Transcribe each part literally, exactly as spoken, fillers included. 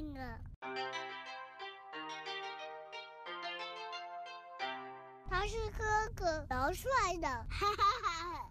病了。他是哥哥，老帅的，哈哈哈。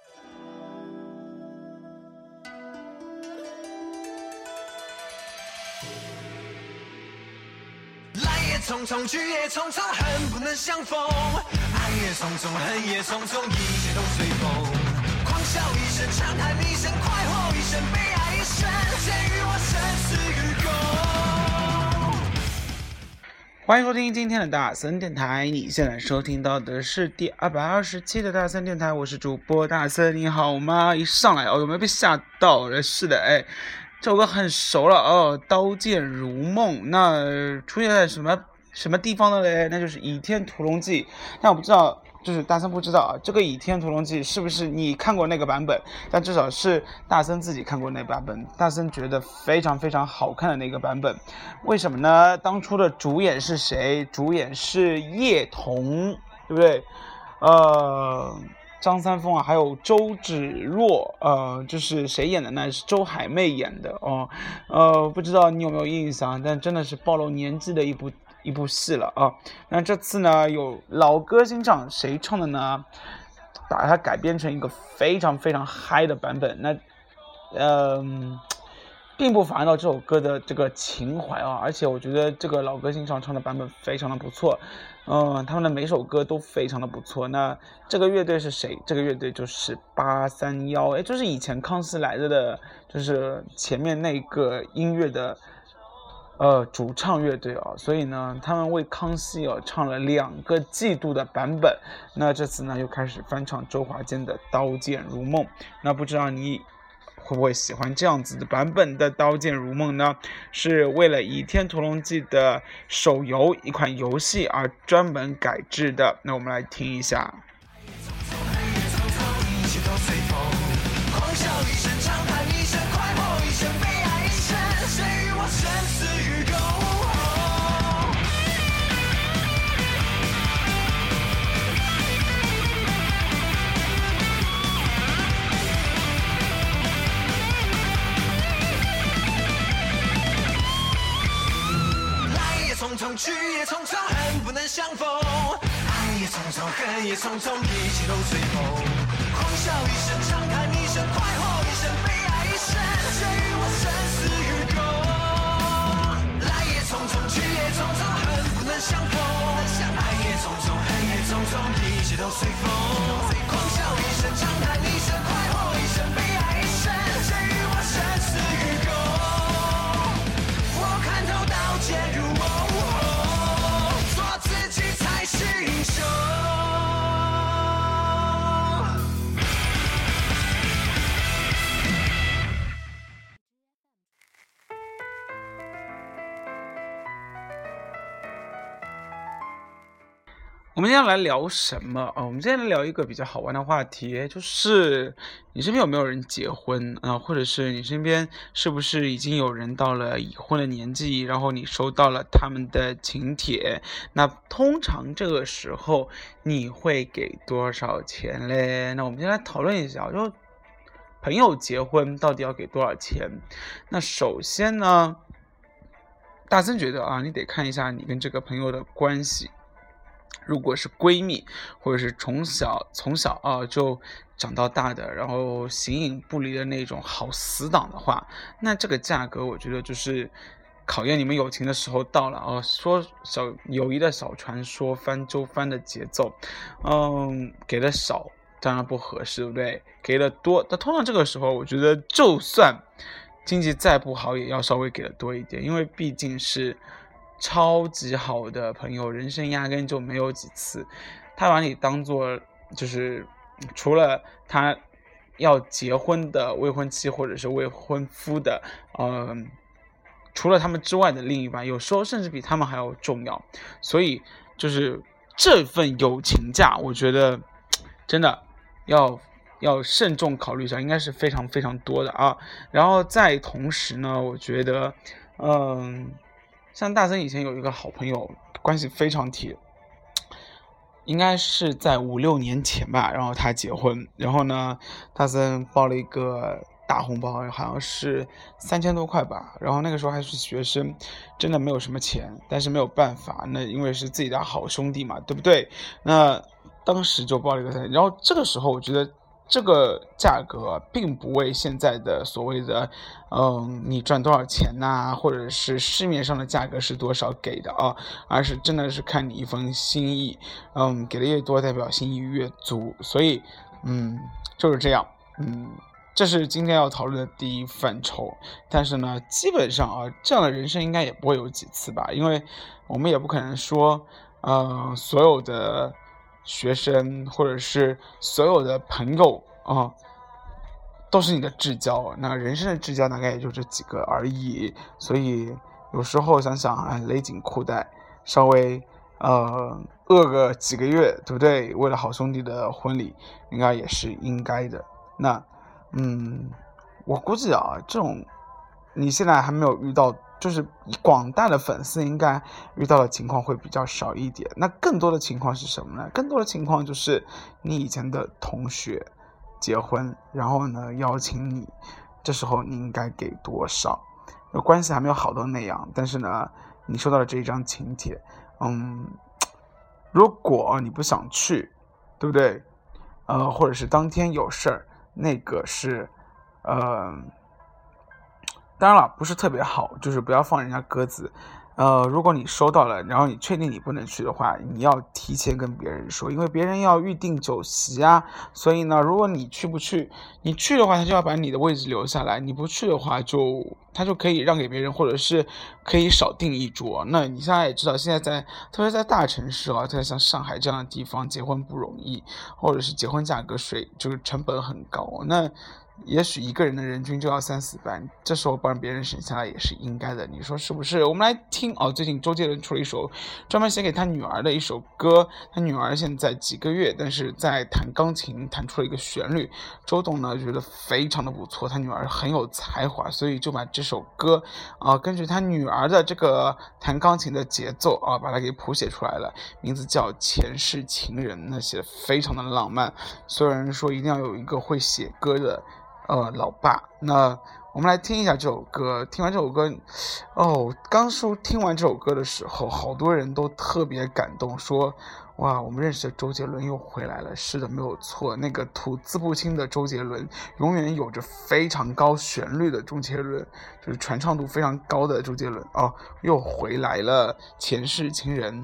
来也匆匆，去也匆匆，恨不能相逢。爱也匆匆，恨也匆匆，一切都随风。狂笑一声，长叹一声，快活一生，悲哀一生，谁与我生死与共？ 欢迎收听今天的大森电台，你现在收听到的是第二百二十期的大森电台，我是主播大森，你好吗？一上来哦，有没有被吓到了？是的，哎。这首歌很熟了哦，刀剑如梦。那出现在什么什么地方的嘞？那就是《倚天屠龙记》。那我不知道，就是大森不知道啊，这个《倚天屠龙记》是不是你看过那个版本？但至少是大森自己看过那版本，大森觉得非常非常好看的那个版本。为什么呢？当初的主演是谁？主演是叶童，对不对？呃。张三丰啊，还有周芷若，呃，就是谁演的呢？是周海媚演的哦，呃，不知道你有没有印象？但真的是暴露年纪的一部一部戏了啊。那这次呢，有老歌新唱，谁唱的呢？把它改编成一个非常非常嗨的版本。那，嗯、呃。并不反映到这首歌的这个情怀啊，而且我觉得这个老歌新唱唱的版本非常的不错，嗯，他们的每首歌都非常的不错。那这个乐队是谁？这个乐队就是八三一，哎，就是以前康熙来了的，就是前面那个音乐的呃主唱乐队啊，所以呢，他们为康熙啊唱了两个季度的版本。那这次呢，又开始翻唱周华健的《刀剑如梦》。那不知道你会不会喜欢这样子的版本的《刀剑如梦》呢？是为了《倚天屠龙记》的手游一款游戏而专门改制的。那我们来听一下。 匆匆去也匆匆，恨不能相逢。爱也匆匆，恨也匆匆，一切都随风。狂笑一声，长叹一声，快活一生，悲哀一生，谁与我生死与共？来也匆匆，去也匆匆，恨不能相逢。爱也匆匆，恨也匆匆，一切都随风。狂笑一声，长叹一声，快活一生，悲哀一生，谁与我生死与共？我看透刀剑如梦。 我们今天要来聊什么啊？我们今天来聊一个比较好玩的话题，就是你身边有没有人结婚啊？或者是你身边是不是已经有人到了已婚的年纪，然后你收到了他们的请帖？那通常这个时候你会给多少钱嘞？那我们先来讨论一下，就朋友结婚到底要给多少钱？那首先呢，大森觉得啊，你得看一下你跟这个朋友的关系。如果是闺蜜，或者是从小从小啊就长到大的，然后形影不离的那种好死党的话，那这个价格我觉得就是考验你们友情的时候到了啊。说小友谊的小船说翻就翻的节奏，嗯，给的少当然不合适，对不对？给的多，但通常这个时候，我觉得就算经济再不好，也要稍微给的多一点，因为毕竟是超级好的朋友，人生压根就没有几次，他把你当做就是除了他要结婚的未婚妻或者是未婚夫的，呃，除了他们之外的另一半，有时候甚至比他们还要重要。所以就是这份友情价，我觉得真的要要慎重考虑一下，应该是非常非常多的啊。然后在同时呢，我觉得，嗯。像大森以前有一个好朋友，关系非常铁，应该是在五六年前吧，然后他结婚，然后呢，大森报了一个大红包，好像是三千多块吧。然后那个时候还是学生，真的没有什么钱，但是没有办法，那因为是自己的好兄弟嘛，对不对？那当时就报了一个三千，然后这个时候我觉得这个价格并不为现在的所谓的嗯你赚多少钱呐、啊，或者是市面上的价格是多少给的啊，而是真的是看你一份心意，嗯，给的越多代表心意越足，所以嗯就是这样，嗯。这是今天要讨论的第一范畴，但是呢，基本上啊，这样的人生应该也不会有几次吧，因为我们也不可能说，呃，所有的学生或者是所有的朋友啊、呃，都是你的至交。那人生的至交大概也就这几个而已，所以有时候想想，哎，勒紧裤带，稍微呃饿个几个月，对不对？为了好兄弟的婚礼，应该也是应该的。那。嗯，我估计啊，这种你现在还没有遇到，就是广大的粉丝应该遇到的情况会比较少一点。那更多的情况是什么呢？更多的情况就是你以前的同学结婚，然后呢邀请你，这时候你应该给多少？关系还没有好到那样，但是呢，你收到了这一张请帖，嗯，如果你不想去，对不对？呃，或者是当天有事儿。那个是，呃，当然了，不是特别好，就是不要放人家鸽子。呃，如果你收到了，然后你确定你不能去的话，你要提前跟别人说，因为别人要预定酒席啊。所以呢，如果你去不去，你去的话，他就要把你的位置留下来；你不去的话就，就他就可以让给别人，或者是可以少订一桌。那你现在也知道，现在在特别在大城市啊，特别像上海这样的地方，结婚不容易，或者是结婚价格水就是成本很高。那也许一个人的人均就要三四百，这时候帮别人省下来也是应该的，你说是不是？我们来听哦，最近周杰伦出了一首专门写给他女儿的一首歌，他女儿现在几个月，但是在弹钢琴弹出了一个旋律，周董呢觉得非常的不错，他女儿很有才华，所以就把这首歌啊、呃、根据他女儿的这个弹钢琴的节奏啊，把它给谱写出来了，名字叫《前世情人》，那写的非常的浪漫，所有人说一定要有一个会写歌的呃，老爸。那我们来听一下这首歌。听完这首歌，哦，刚说听完这首歌的时候，好多人都特别感动，说哇，我们认识的周杰伦又回来了。是的，没有错，那个吐字不清的周杰伦，永远有着非常高旋律的周杰伦，就是传唱度非常高的周杰伦哦，又回来了。前世情人。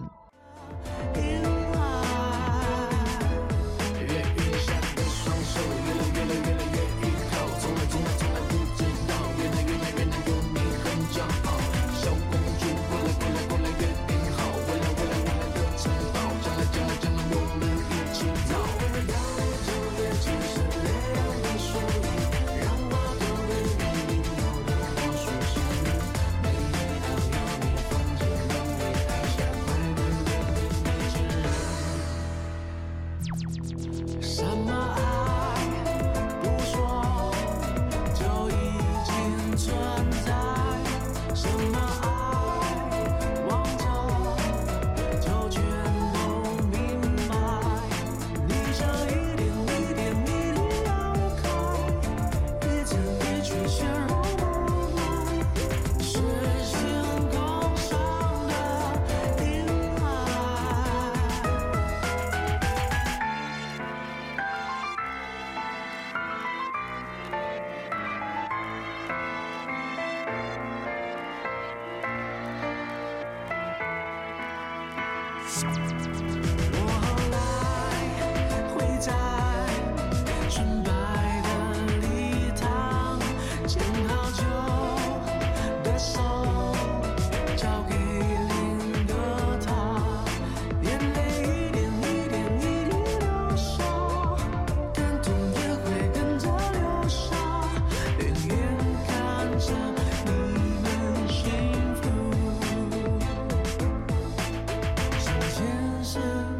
我后来会在纯白的礼堂牵好久的手交给另一个他，眼泪一点一点一滴流下，感动也会跟着流下，远远看着你们幸福。前世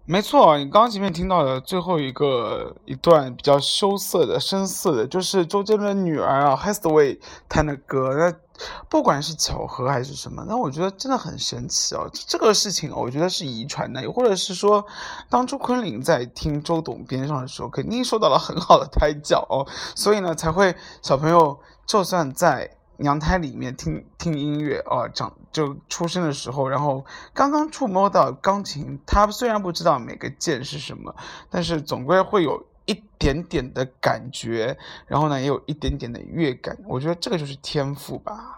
没错，你刚刚前面听到的最后一个一段比较羞涩的、深色的，就是周杰伦的女儿啊 Hathaway 弹的歌。那不管是巧合还是什么，那我觉得真的很神奇哦。这个事情我觉得是遗传的，或者是说，当初昆凌在听周董边上的时候，肯定受到了很好的胎教哦，所以呢才会小朋友就算在娘胎里面听听音乐哦，长就出生的时候，然后刚刚触摸到钢琴，他虽然不知道每个键是什么，但是总归会有一点点的感觉，然后呢也有一点点的乐感，我觉得这个就是天赋吧。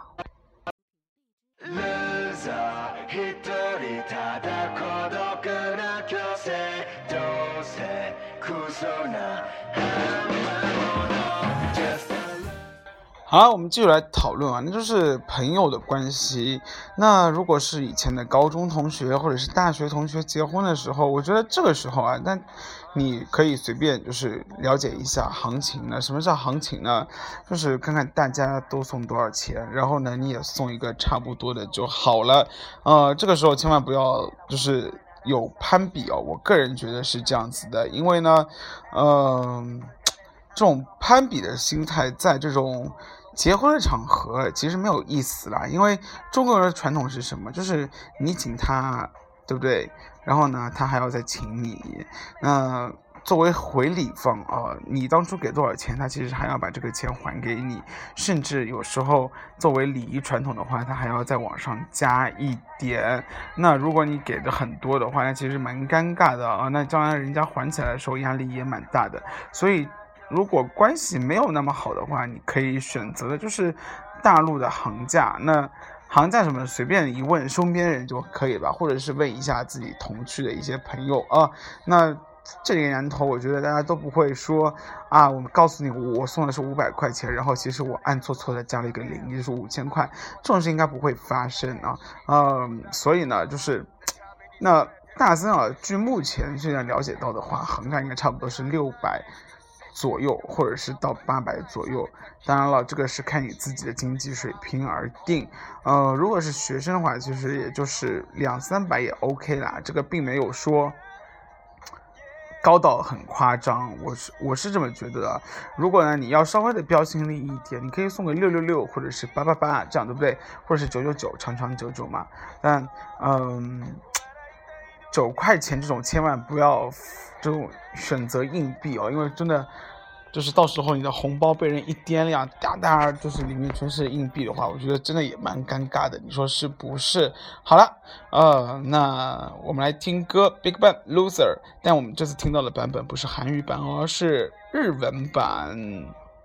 好了，我们继续来讨论啊，那就是朋友的关系。那如果是以前的高中同学或者是大学同学结婚的时候，我觉得这个时候啊，那你可以随便就是了解一下行情呢。什么叫行情呢？就是看看大家都送多少钱，然后呢你也送一个差不多的就好了。呃，这个时候千万不要就是有攀比哦，我个人觉得是这样子的，因为呢，嗯、呃，这种攀比的心态在这种结婚的场合其实没有意思啦，因为中国人的传统是什么？就是你请他，对不对？然后呢，他还要再请你。那作为回礼方啊、呃，你当初给多少钱，他其实还要把这个钱还给你，甚至有时候作为礼仪传统的话，他还要再往上加一点。那如果你给的很多的话，那其实蛮尴尬的啊。那将来人家还起来的时候，压力也蛮大的。所以如果关系没有那么好的话，你可以选择的就是大陆的行价。那行价什么随便一问身边人就可以吧，或者是问一下自己同区的一些朋友啊。那这个年头我觉得大家都不会说啊，我们告诉你我送的是五百块钱，然后其实我按错错的加了一个零，也就是五千块，这种事应该不会发生啊。嗯，所以呢就是那大森啊，据目前现在了解到的话，行价应该差不多是六百左右，或者是到八百左右。当然了，这个是看你自己的经济水平而定。呃，如果是学生的话，其实也就是两三百也 OK 啦，这个并没有说高到很夸张，我是我是这么觉得的。如果呢你要稍微的标新立异一点，你可以送个六六六或者是八八八这样，对不对？或者是九九九，长长久久嘛。但嗯。九块钱这种千万不要这种选择硬币哦，因为真的就是到时候你的红包被人一掂量，哒哒就是里面全是硬币的话，我觉得真的也蛮尴尬的，你说是不是？好了，呃，那我们来听歌 BigBang Loser， 但我们这次听到的版本不是韩语版哦，是日文版。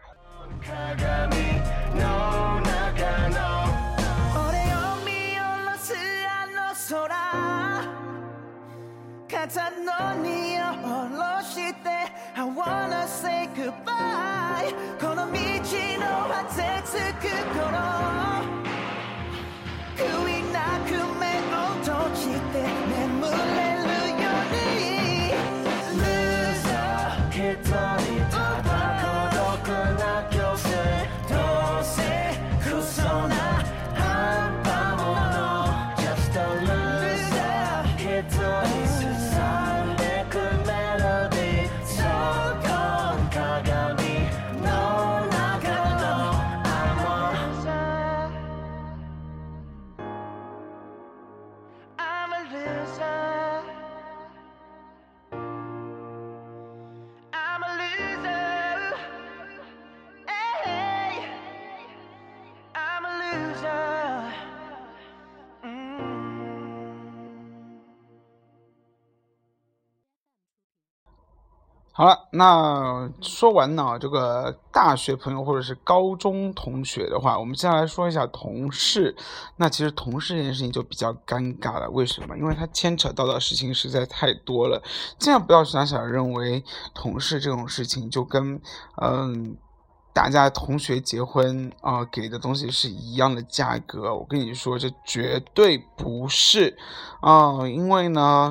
肩の荷を下ろして I wanna say goodbye この道の果てつく頃悔いなく目を閉じて眠れるように Loser 一人ただ孤独な強制どうせクソな半端者 Just a loser 一人好了，那说完呢这个大学朋友或者是高中同学的话，我们接下来说一下同事。那其实同事这件事情就比较尴尬了，为什么？因为它牵扯到的事情实在太多了。千万不要傻傻认为同事这种事情就跟嗯大家同学结婚啊、呃、给的东西是一样的价格。我跟你说，这绝对不是啊、呃，因为呢。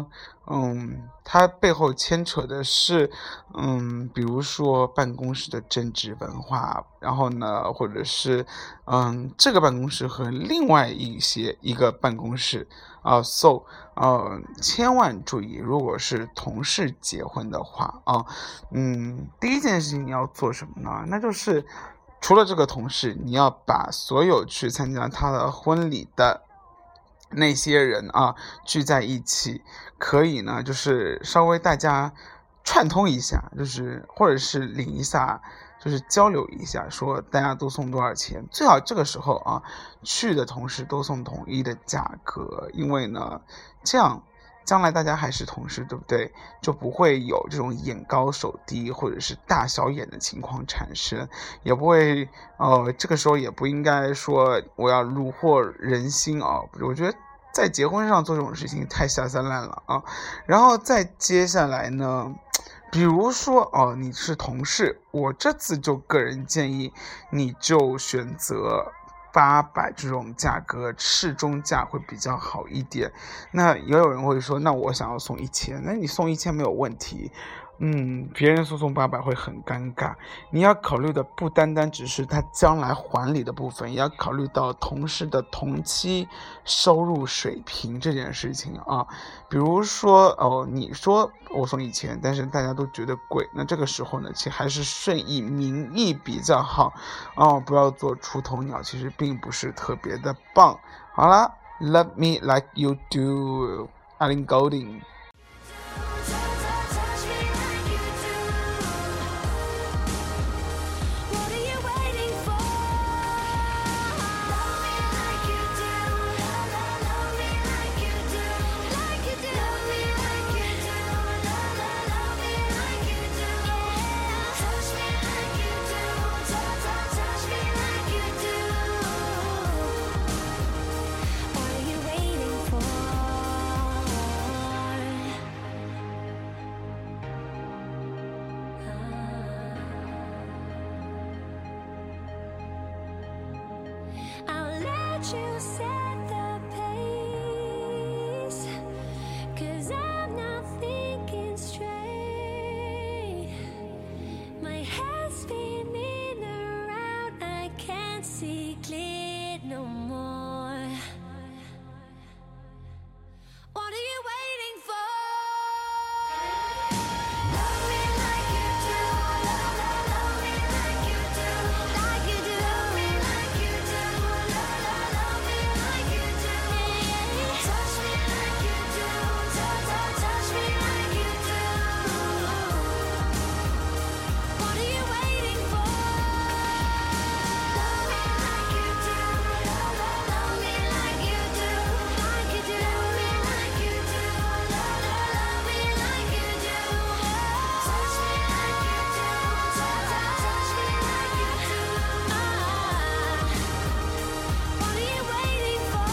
嗯，它背后牵扯的是，嗯，比如说办公室的政治文化，然后呢，或者是，嗯，这个办公室和另外一些一个办公室啊 ，so， 呃，千万注意，如果是同事结婚的话啊，嗯，第一件事情你要做什么呢？那就是除了这个同事，你要把所有去参加他的婚礼的那些人啊聚在一起，可以呢就是稍微大家串通一下，就是或者是领一下，就是交流一下，说大家都送多少钱，最好这个时候啊去的同时都送统一的价格，因为呢这样将来大家还是同事，对不对？就不会有这种眼高手低或者是大小眼的情况产生，也不会呃，这个时候也不应该说我要虏获人心啊！我觉得在结婚上做这种事情太下三滥了啊！然后再接下来呢，比如说哦，你是同事，我这次就个人建议，你就选择八百这种价格，适中价会比较好一点。那也有人会说，那我想要送一千，那你送一千没有问题。嗯，别人说送八百会很尴尬。你要考虑的不单单只是他将来还礼的部分，也要考虑到同事的同期收入水平这件事情啊。比如说哦，你说我送一千，但是大家都觉得贵，那这个时候呢，其实还是顺应民意比较好哦，不要做出头鸟，其实并不是特别的棒。好了 ，Love me like you do， Ellie Goulding。 You set the pace, 'cause I'm not thinking straight. My head's spinning around, I can't see clear no more. What are you waiting for? Love me like you do, love, love, love me like you do, like you do, love me like you do, love, love, love me like you do, touch me like you do, touch, touch, touch me like you do. What are you waiting for? Love me like you do, love, love, love me like you do, like you do, love me like you do, love, love, love me like you do, touch me like you do, touch, touch, touch me like you do. What are you waiting for?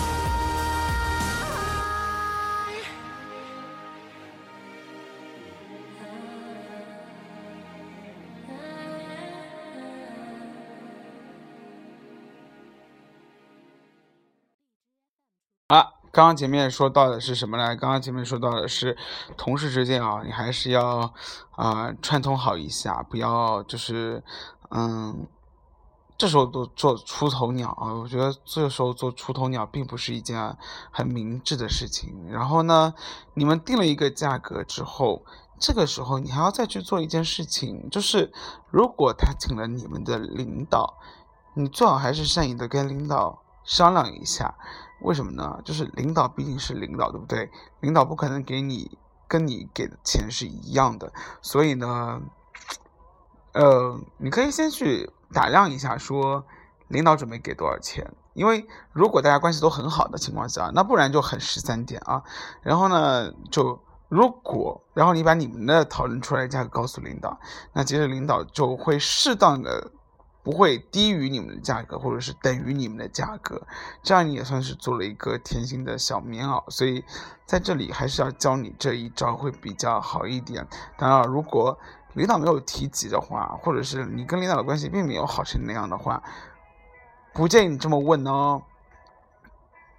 啊，刚刚前面说到的是什么呢？刚刚前面说到的是同事之间啊，你还是要啊、呃、串通好一下，不要就是嗯，这时候做做出头鸟啊，我觉得这个时候做出头鸟并不是一件很明智的事情。然后呢，你们定了一个价格之后，这个时候你还要再去做一件事情，就是如果他请了你们的领导，你最好还是善意的跟领导商量一下。为什么呢？就是领导毕竟是领导，对不对？领导不可能给你跟你给的钱是一样的，所以呢，呃，你可以先去打量一下，说领导准备给多少钱。因为如果大家关系都很好的情况下，那不然就很十三点啊。然后呢，就如果然后你把你们的讨论出来的价格告诉领导，那其实领导就会适当的。不会低于你们的价格，或者是等于你们的价格，这样你也算是做了一个甜心的小棉袄。所以在这里还是要教你这一招会比较好一点。当然，如果领导没有提及的话，或者是你跟领导的关系并没有好成那样的话，不建议你这么问哦。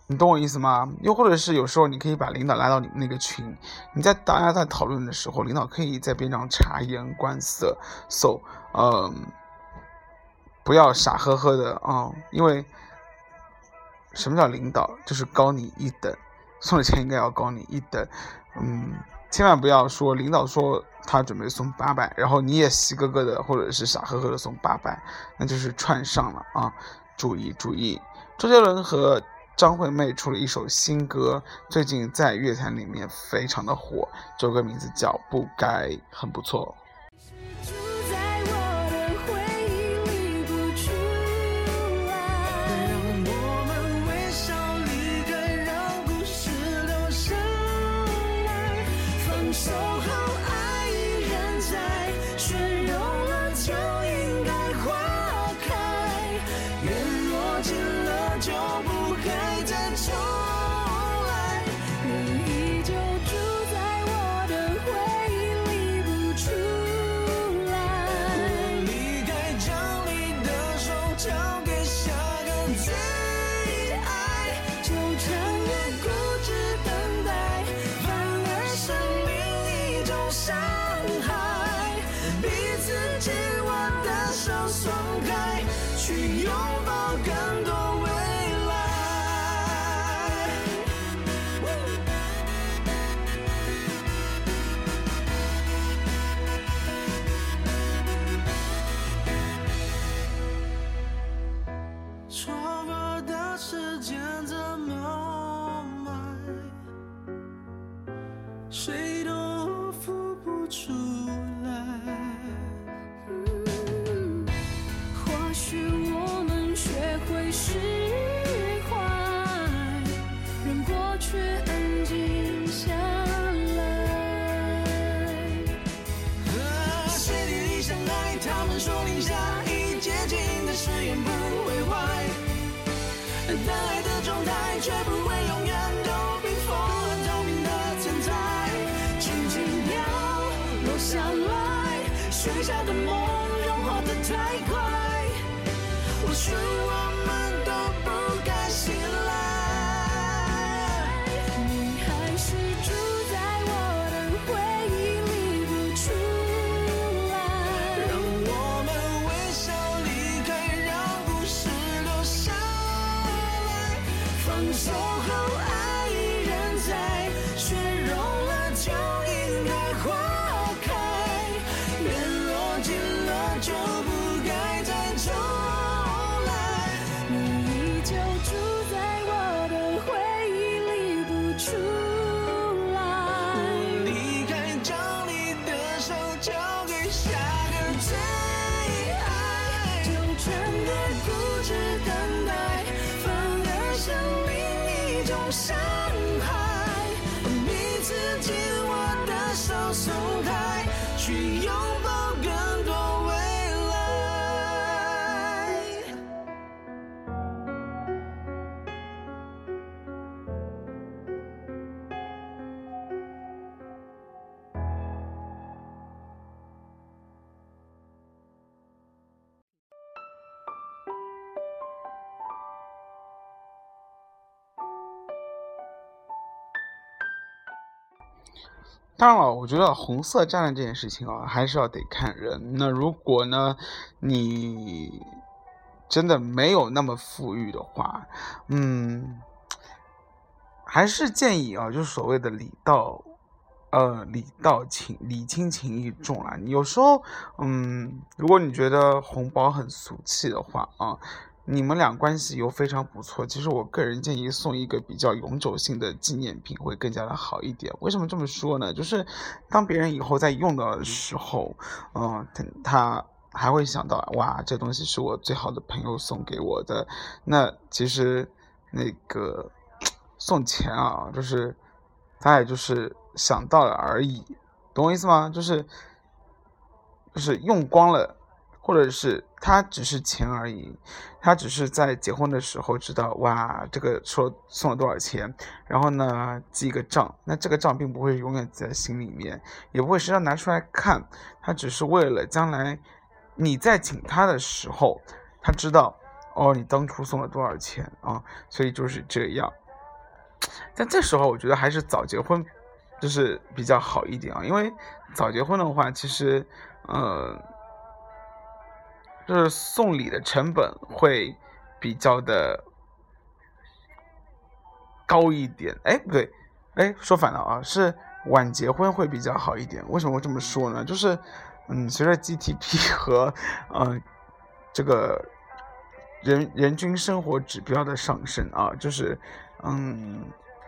你懂我意思吗？又或者是有时候你可以把领导拉到你们那个群，你在大家在讨论的时候，领导可以在边上察言观色 ，so， 呃，不要傻呵呵的啊、嗯，因为什么叫领导？就是高你一等，送的钱应该要高你一等，嗯，千万不要说领导说他准备送八百，然后你也喜咯咯的或者是傻呵呵的送八百，那就是串上了啊！注意注意，周杰伦和张惠妹出了一首新歌，最近在乐坛里面非常的火，这首歌名字叫《不该》，很不错。 住在我的回忆里不出来， 让我们微笑离开，让故事留下来。 分手后爱依然在，雪融了就应该花开， 缘若尽了就不该再重来。 你依旧住在我的回忆里不出来。 离开，将你的手交给下个最爱。 就这样固执等待，反而生命一种伤害。 彼此紧握的手松开，去拥抱更多未来。错过的时间怎么买，谁都付不出来。 嗯或许我们学会释怀，让过去安静下来。 谁地里相爱，他们说零下已接近的誓言不会坏，但爱的状态却不会永远都冰封透明的存在。 轻轻飘落下来，许下的梦融化得太快， 或许我们都不该醒来。 你还是住在我的回忆里不出来。 让我们微笑离开，让故事留下来。 分手后爱依然在，雪融了就应该花开， 缘若尽了就不该再重来。 你依旧住在我的回忆里不出来。 离开，将你的手交给下个最爱。 就这样固执等待，反而生命一种伤害。 彼此紧握的手松开，去拥抱更多未来。 当然了，我觉得红色炸弹这件事情啊，还是要得看人。那如果呢，你真的没有那么富裕的话，嗯，还是建议啊，就是所谓的礼道，呃，礼道情礼轻情意重啦。你有时候，嗯，如果你觉得红包很俗气的话啊。你们俩关系又非常不错，其实我个人建议送一个比较永久性的纪念品会更加的好一点。为什么这么说呢？就是当别人以后在用到的时候，嗯、呃，他还会想到，哇，这东西是我最好的朋友送给我的。那其实那个送钱啊，就是他也就是想到了而已，懂我意思吗？就是就是用光了。或者是他只是钱而已，他只是在结婚的时候知道，哇，这个说送了多少钱，然后呢记一个账，那这个账并不会永远记在心里面，也不会时常拿出来看，他只是为了将来你在请他的时候，他知道哦，你当初送了多少钱啊，所以就是这样。 但这时候我觉得还是早结婚就是比较好一点啊，因为早结婚的话，其实呃，就是送礼的成本会比较的高一点。哎，不对，哎，说反了啊，是晚结婚会比较好一点。为什么会这么说呢？就是嗯，随着 G D P 和呃这个人人均生活指标的上升啊，就是嗯。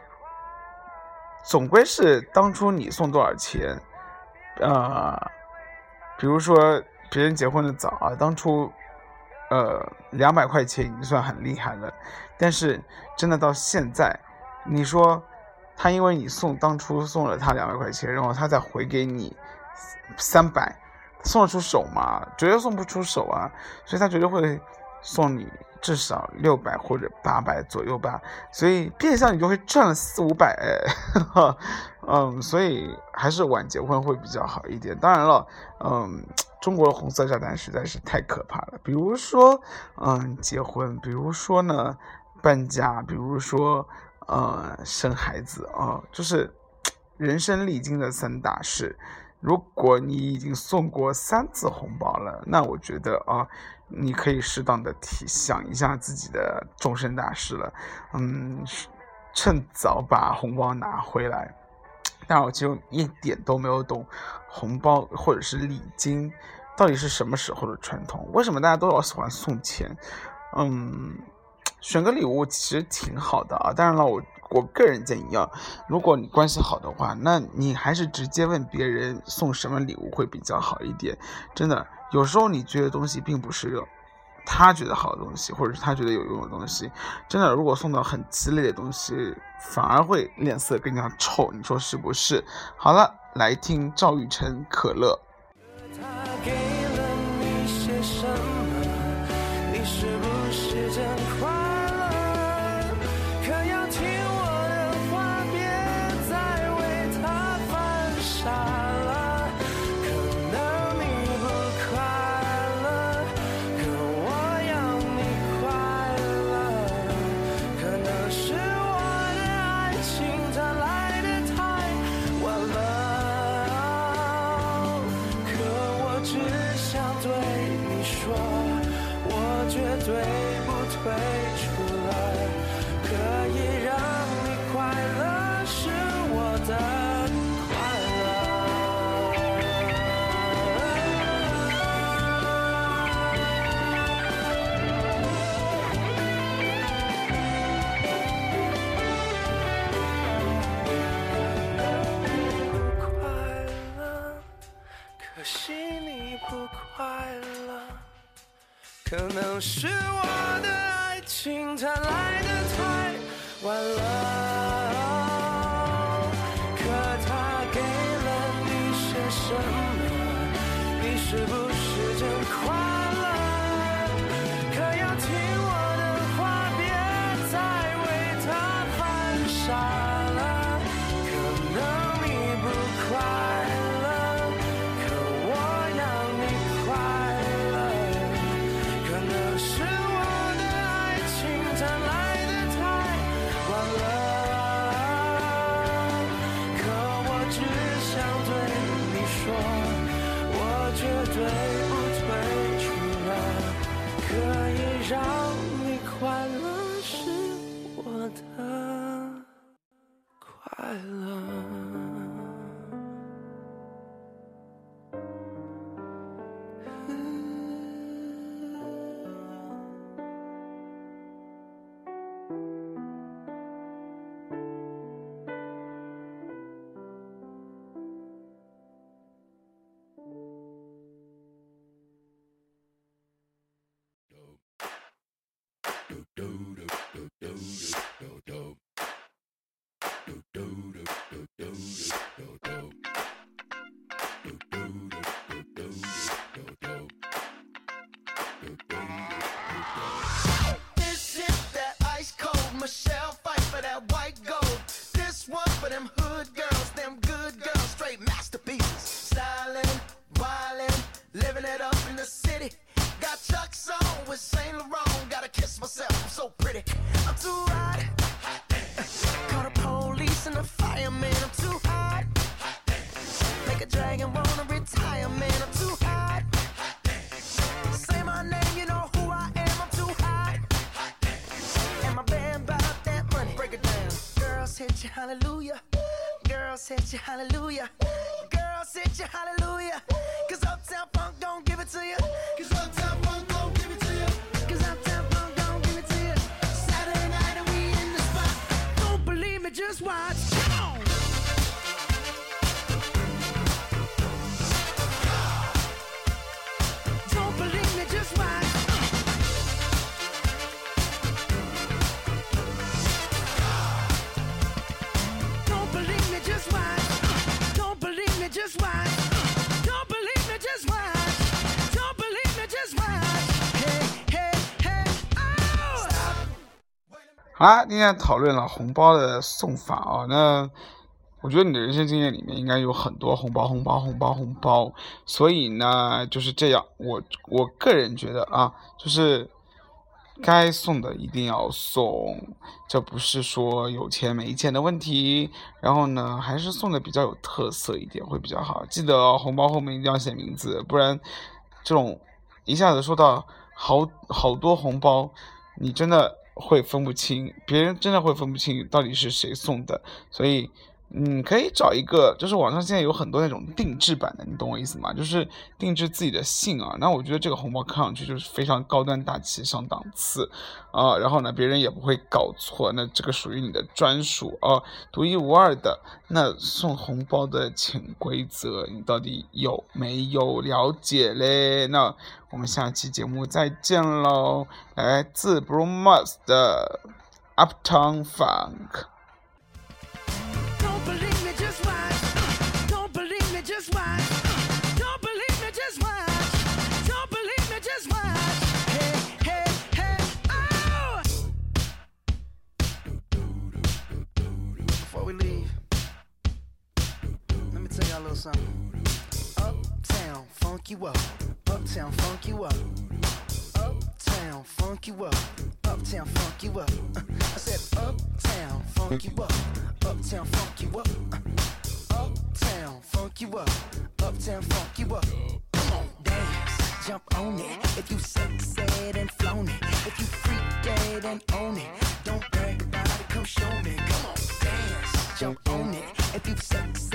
总归是当初你送多少钱，呃，比如说别人结婚的早啊，当初呃两百块钱已经算很厉害了，但是真的到现在，你说他因为你送当初送了他两百块钱，然后他再回给你三百，送得出手吗？绝对送不出手啊，所以他绝对会送你至少六百或者八百左右吧，所以变相你就会赚了四五百，哎，嗯，所以还是晚结婚会比较好一点。当然了，嗯，中国的红色炸弹实在是太可怕了，比如说，嗯，结婚，比如说呢，搬家，比如说，呃，生孩子啊，就是人生历经的三大事。如果你已经送过三次红包了，那我觉得啊，你可以适当的提想一下自己的终身大事了，嗯，趁早把红包拿回来。但我其实一点都没有懂红包或者是礼金到底是什么时候的传统，为什么大家都要喜欢送钱？嗯，选个礼物其实挺好的啊，当然了，我我个人建议啊，如果你关系好的话，那你还是直接问别人送什么礼物会比较好一点。真的，有时候你觉得东西并不是他觉得好的东西，或者是他觉得有用的东西，真的如果送到很鸡肋的东西，反而会脸色更加臭，你说是不是？好了，来听赵玉成《可乐》。 他给了你些什么？你是不是真快乐？可要听我的话，别再为他犯傻了。可能你不快乐，可我要你快乐。可能是我的爱情它来得太晚了，可我只想对你说，我绝对不退出来，可以让你快乐是我的快乐。不快乐，可惜你不快乐。可能是我的爱情它来得太晚了，可它给了你些什么？你是不是真快乐？可要听我的话，别再为它犯傻了。可能你不快乐，可我要你快乐。可能是我的爱情它来得太晚了，可我只想对你说，我绝对不退出来，可以让你快乐是我的快乐。This is that ice cold Michelle fight for that white gold. This one for them hood girls, them good girls, straight masterpieces. Styling, wildin', living it up in the city. Got Chuck's on with Saint Laurent. Gotta kiss myself, I'm so pretty. I'm too hot. Call the police. Listen to fire, man, I'm too hot. Make a dragon wanna retire, man, I'm too hot. Say my name, you know who I am, I'm too hot. And my band bought that money. Break it down. Girls hit you, hallelujah. Girls hit you, hallelujah. Girls hit you, hallelujah. Cause Uptown Funk don't give it to you. Cause Uptown Funk don't give it to you. Cause Uptown Funk don't give it to you. Saturday night and we in the spot. Don't believe me, just watch. Come on. Don't believe me, just watch. Don't believe me, just watch. Don't believe me, just watch. Don't believe me, just watch. Don't believe me, just watch. Hey, hey, hey, oh! Stop. 好啦，今天讨论了红包的送法啊，那我觉得你的人生经验里面应该有很多红包，红包，红包，红包，所以呢就是这样，我我个人觉得啊，就是该送的一定要送，这不是说有钱没钱的问题，然后呢还是送的比较有特色一点会比较好，记得哦，红包后面一定要写名字，不然这种一下子收到好好多红包，你真的会分不清，别人真的会分不清到底是谁送的，所以嗯，可以找一个，就是网上现在有很多那种定制版的，你懂我意思吗？就是定制自己的姓啊。那我觉得这个红包看上去就是非常高端大气上档次啊，然后呢，别人也不会搞错，那这个属于你的专属啊，独一无二的。那送红包的潜规则，你到底有没有了解嘞？那我们下期节目再见喽！来自 Bruno Mars 的 Uptown Funk。 Don't believe me, just watch. Don't believe me, just watch. Don't believe me, just watch. Don't believe me, just watch. Hey, hey, hey, oh! Before we leave, let me tell y'all a little something. Uptown, funk you up. Uptown, funk you up. Uptown, funk you up. Uptown, funk you up. I said uptown, funk you up. Uptown, funk you up. Uptown, funk you up. Uptown, funk you up. Come on, dance, jump on it. If you sexed and flown it, if you freaked dead and own it, don't brag about it, come show me. Come on, dance, jump on it. If you sexed